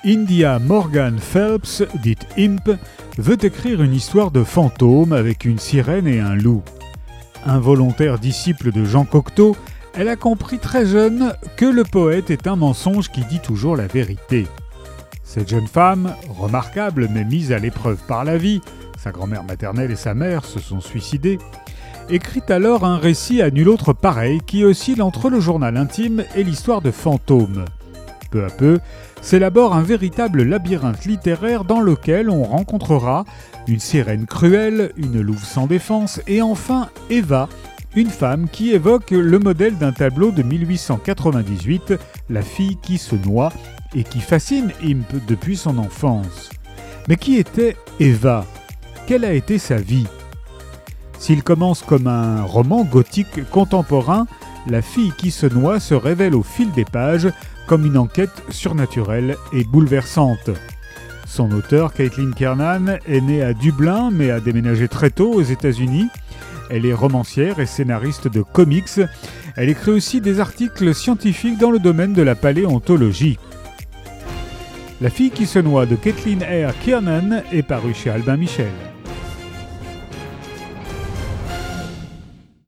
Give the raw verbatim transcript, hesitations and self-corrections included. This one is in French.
India Morgan Phelps, dite Imp, veut écrire une histoire de fantôme avec une sirène et un loup. Involontaire disciple de Jean Cocteau, elle a compris très jeune que le poète est un mensonge qui dit toujours la vérité. Cette jeune femme, remarquable mais mise à l'épreuve par la vie, sa grand-mère maternelle et sa mère se sont suicidées, écrit alors un récit à nul autre pareil qui oscille entre le journal intime et l'histoire de fantômes. Peu à peu, s'élabore un véritable labyrinthe littéraire dans lequel on rencontrera une sirène cruelle, une louve sans défense et enfin Eva, une femme qui évoque le modèle d'un tableau de mille huit cent quatre-vingt-dix-huit, La fille qui se noie, et qui fascine Imp depuis son enfance. Mais qui était Eva ? Quelle a été sa vie ? S'il commence comme un roman gothique contemporain, La fille qui se noie se révèle au fil des pages comme une enquête surnaturelle et bouleversante. Son auteur, Caitlin Kiernan, est née à Dublin mais a déménagé très tôt aux États-Unis. Elle est romancière et scénariste de comics. Elle écrit aussi des articles scientifiques dans le domaine de la paléontologie. La fille qui se noie de Caitlin R. Kiernan est parue chez Albin Michel.